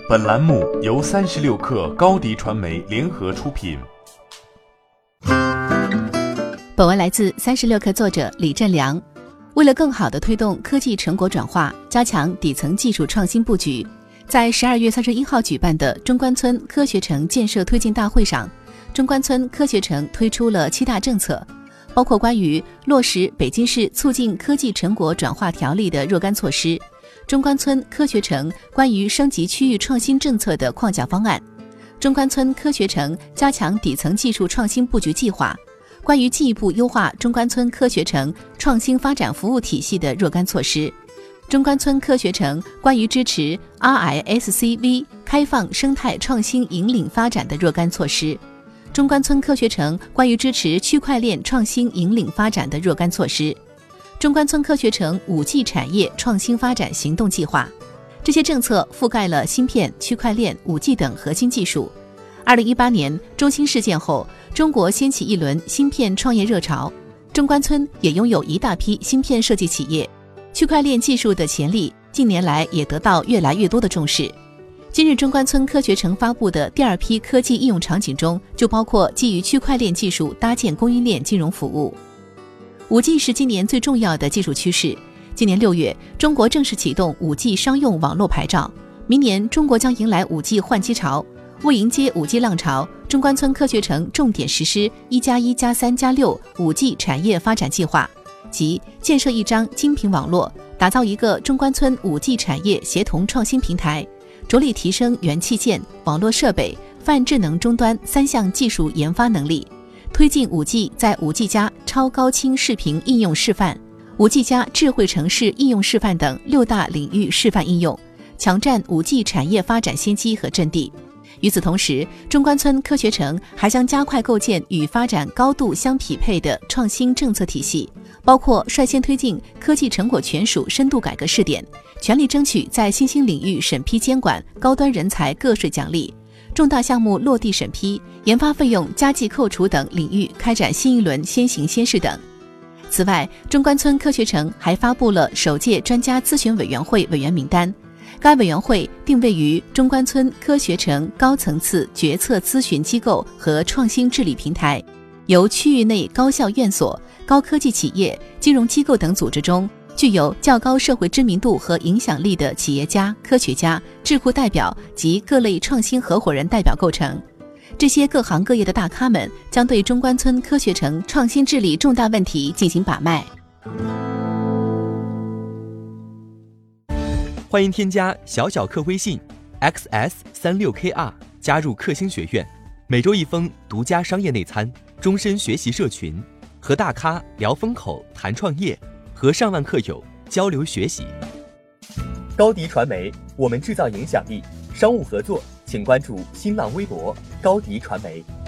本栏目由36氪高迪传媒联合出品。 本文来自36氪作者李振良。为了更好地推动科技成果转化，加强底层技术创新布局，在12月31号举办的中关村科学城建设推进大会上，中关村科学城推出了7大政策，包括关于落实北京市促进科技成果转化条例的若干措施，中关村科学城关于升级区域创新政策的框架方案，中关村科学城加强底层技术创新布局计划，关于进一步优化中关村科学城创新发展服务体系的若干措施，中关村科学城关于支持 RISC-V 开放生态创新引领发展的若干措施，中关村科学城关于支持区块链创新引领发展的若干措施，中关村科学城 5G 产业创新发展行动计划。这些政策覆盖了芯片、区块链、5G 等核心技术。2018年中兴事件后，中国掀起一轮芯片创业热潮，中关村也拥有一大批芯片设计企业。区块链技术的潜力近年来也得到越来越多的重视。今日中关村科学城发布的第2批科技应用场景中，就包括基于区块链技术搭建供应链金融服务。5G 是今年最重要的技术趋势。今年6月，中国正式启动 5G 商用网络牌照，明年中国将迎来 5G 换机潮。为迎接 5G 浪潮，中关村科学城重点实施1+1+3+6 5G 产业发展计划，即建设一张精品网络，打造一个中关村 5G 产业协同创新平台，着力提升元器件、网络设备、泛智能终端3项技术研发能力，推进 5G 在 5G 加超高清视频应用示范、5G 加智慧城市应用示范等6大领域示范应用，抢占 5G 产业发展先机和阵地。与此同时，中关村科学城还将加快构建与发展高度相匹配的创新政策体系，包括率先推进科技成果权属深度改革试点，全力争取在新兴领域审批监管、高端人才个税奖励、重大项目落地审批、研发费用加计扣除等领域开展新一轮先行先试等。此外，中关村科学城还发布了首届专家咨询委员会委员名单，该委员会定位于中关村科学城高层次决策咨询机构和创新治理平台，由区域内高校院所、高科技企业、金融机构等组织中具有较高社会知名度和影响力的企业家、科学家、智库代表及各类创新合伙人代表构成。这些各行各业的大咖们将对中关村科学城创新治理重大问题进行把脉。 欢迎添加小小客微信 xs36kr 加入克星学院，每周1封独家商业内参，终身学习社群，和大咖聊风口谈创业，和上万客友交流学习。高迪传媒，我们制造影响力。商务合作请关注新浪微博高迪传媒。